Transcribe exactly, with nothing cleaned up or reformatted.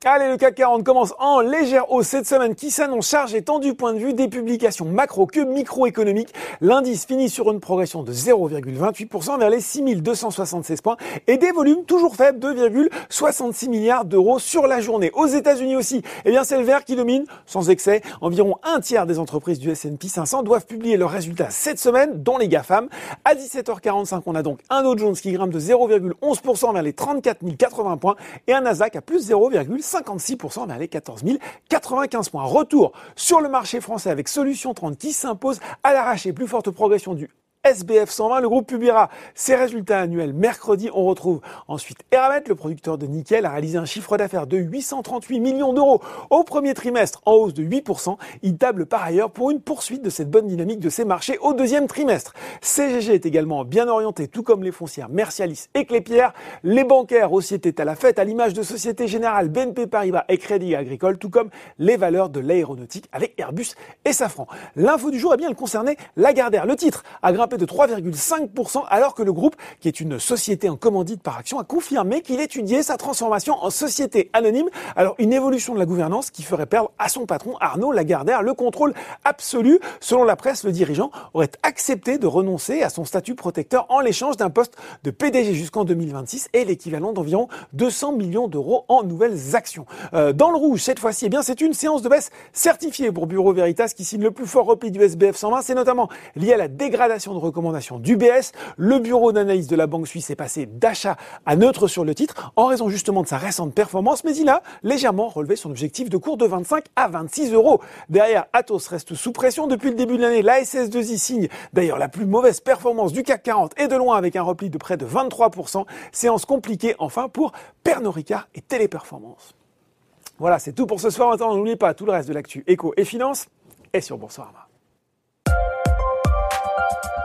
Allez, le C A C quarante commence en légère hausse cette semaine qui s'annonce chargée tant du point de vue des publications macro que microéconomiques. L'indice finit sur une progression de zéro virgule vingt-huit pour cent vers les six mille deux cent soixante-seize points et des volumes toujours faibles, deux virgule soixante-six milliards d'euros sur la journée. Aux États-Unis aussi, eh bien, c'est le vert qui domine sans excès. Environ un tiers des entreprises du S and P cinq cents doivent publier leurs résultats cette semaine, dont les GAFAM. À dix-sept heures quarante-cinq, on a donc un Dow Jones qui grimpe de zéro virgule onze pour cent vers les trente-quatre mille quatre-vingts points et un Nasdaq à plus zéro virgule cinquante-six pour cent vers les quatorze mille quatre-vingt-quinze points. Retour sur le marché français avec Solutions trente qui s'impose à l'arraché. Plus forte progression du S B F cent vingt, le groupe publiera ses résultats annuels mercredi. On retrouve ensuite Eramet, le producteur de nickel, a réalisé un chiffre d'affaires de huit cent trente-huit millions d'euros au premier trimestre, en hausse de huit pour cent. Il table par ailleurs pour une poursuite de cette bonne dynamique de ses marchés au deuxième trimestre. C G G est également bien orienté, tout comme les foncières Mercialis et Clépierre. Les bancaires aussi étaient à la fête, à l'image de Société Générale, B N P Paribas et Crédit Agricole, tout comme les valeurs de l'aéronautique avec Airbus et Safran. L'info du jour, eh bien, elle concernait Lagardère. Le titre a grimpé de trois virgule cinq pour cent alors que le groupe, qui est une société en commandite par action, a confirmé qu'il étudiait sa transformation en société anonyme. Alors une évolution de la gouvernance qui ferait perdre à son patron Arnaud Lagardère le contrôle absolu. Selon la presse, le dirigeant aurait accepté de renoncer à son statut protecteur en l'échange d'un poste de P D G jusqu'en deux mille vingt-six et l'équivalent d'environ deux cents millions d'euros en nouvelles actions. Euh, dans le rouge, cette fois-ci, eh bien, c'est une séance de baisse certifiée pour Bureau Veritas qui signe le plus fort repli du S B F cent vingt. C'est notamment lié à la dégradation de recommandations d'U B S. Le bureau d'analyse de la banque suisse est passé d'achat à neutre sur le titre en raison justement de sa récente performance, mais il a légèrement relevé son objectif de cours de vingt-cinq à vingt-six euros. Derrière, Atos reste sous pression depuis le début de l'année. La S S deux I signe d'ailleurs la plus mauvaise performance du C A C quarante et de loin avec un repli de près de vingt-trois pour cent. Séance compliquée enfin pour Pernod Ricard et Téléperformance. Voilà, c'est tout pour ce soir. Maintenant, n'oubliez pas tout le reste de l'actu éco et finance est sur Boursorama.